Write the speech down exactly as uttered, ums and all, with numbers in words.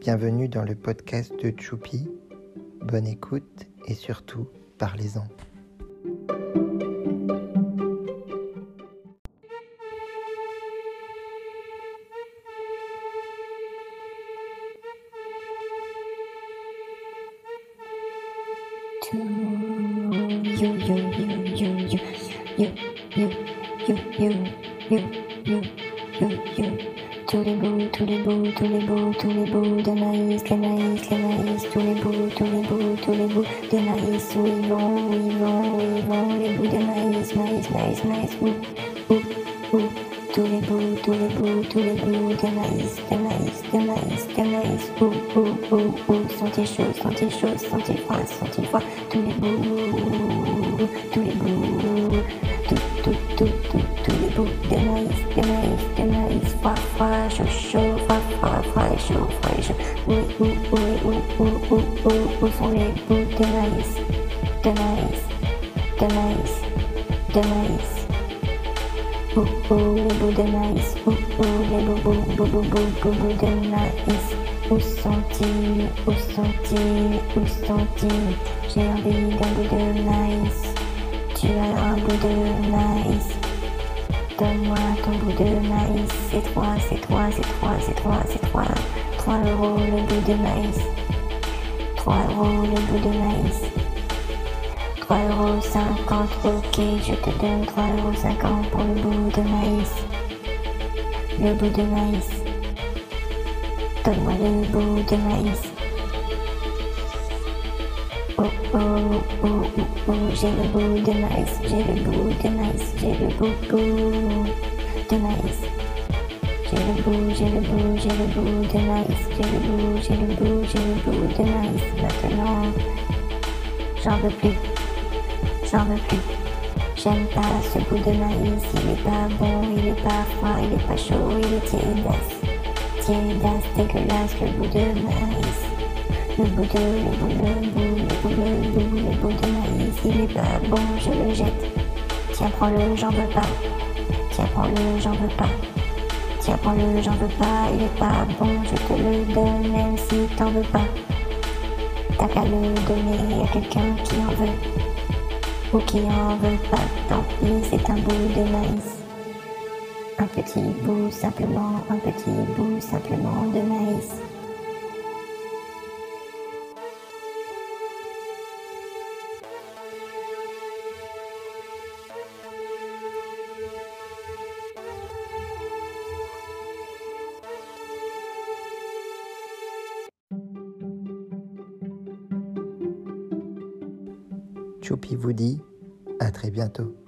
Bienvenue dans le podcast de Choupi. Bonne écoute et surtout, parlez-en. You, you, you, you, you, you, you, you, you, you, you, you, you. Tous les bouts, tous les bouts, tous les bouts, tous les bouts de maïs, les maïs, les maïs, tous les bouts, tous les bouts, tous les bouts de maïs, où ils vont, où ils vont, où ils vont, les bouts de maïs, maïs, maïs, maïs, où, où, où. Tous les bouts, tous les bouts, tous les bouts de maïs, de maïs, de maïs, de maïs, où, où, où, où sont-ils chauds, sont-ils chauds, sont-ils froids, sont-ils froids, tous les bouts, tous les bouts, tout, tout, tout, tout, tous les bouts de maïs, de maïs, de maïs, froid, froid, chaud, chaud, froid, froid, froid et chaud, froid et chaud, où, où, où, où, où, où, où, où sont les bouts de maïs, de maïs, de maïs, de maïs. Ouh, ouh, les bouts de maïs, ouh, ouh, les bouts, bouts, bouts, bouts, bouts, bouts de maïs. Où sont-ils, où sont-ils, où sont-ils? J'ai envie d'un bout de maïs. Tu as un bout de maïs. Donne-moi ton bout de maïs. C'est trois, c'est trois, c'est trois, c'est trois, c'est trois. Trois euros le bout de maïs. Trois euros le bout de maïs. trois euros cinquante, ok, je te donne trois euros cinquante pour le bout de maïs. Le bout de maïs. Donne-moi le bout de maïs. Oh oh oh oh oh, j'ai le bout de maïs, j'ai le bout de maïs, j'ai le bout, bout de maïs. J'ai le bout, j'ai le bout, j'ai le bout de maïs, j'ai le bout, j'ai le bout, j'ai le bout de maïs. Maintenant, j'en veux plus. J'en veux plus, j'aime pas ce bout de maïs, il est pas bon, il est pas froid, il est pas chaud, il est tiédasse, tiédasse, dégueulasse, le bout de maïs, le bout de, le bout, le bout, le bout, le bout, le bout de maïs, il est pas bon, je le jette, tiens prends-le, j'en veux pas, tiens prends-le, j'en veux pas, tiens prends-le, j'en veux pas, il est pas bon, je te le donne même si t'en veux pas, t'as qu'à le donner à quelqu'un qui en veut. Ou qui en veut pas, tant pis, c'est un bout de maïs. Un petit bout simplement, un petit bout simplement de maïs. Choupi vous dit à très bientôt.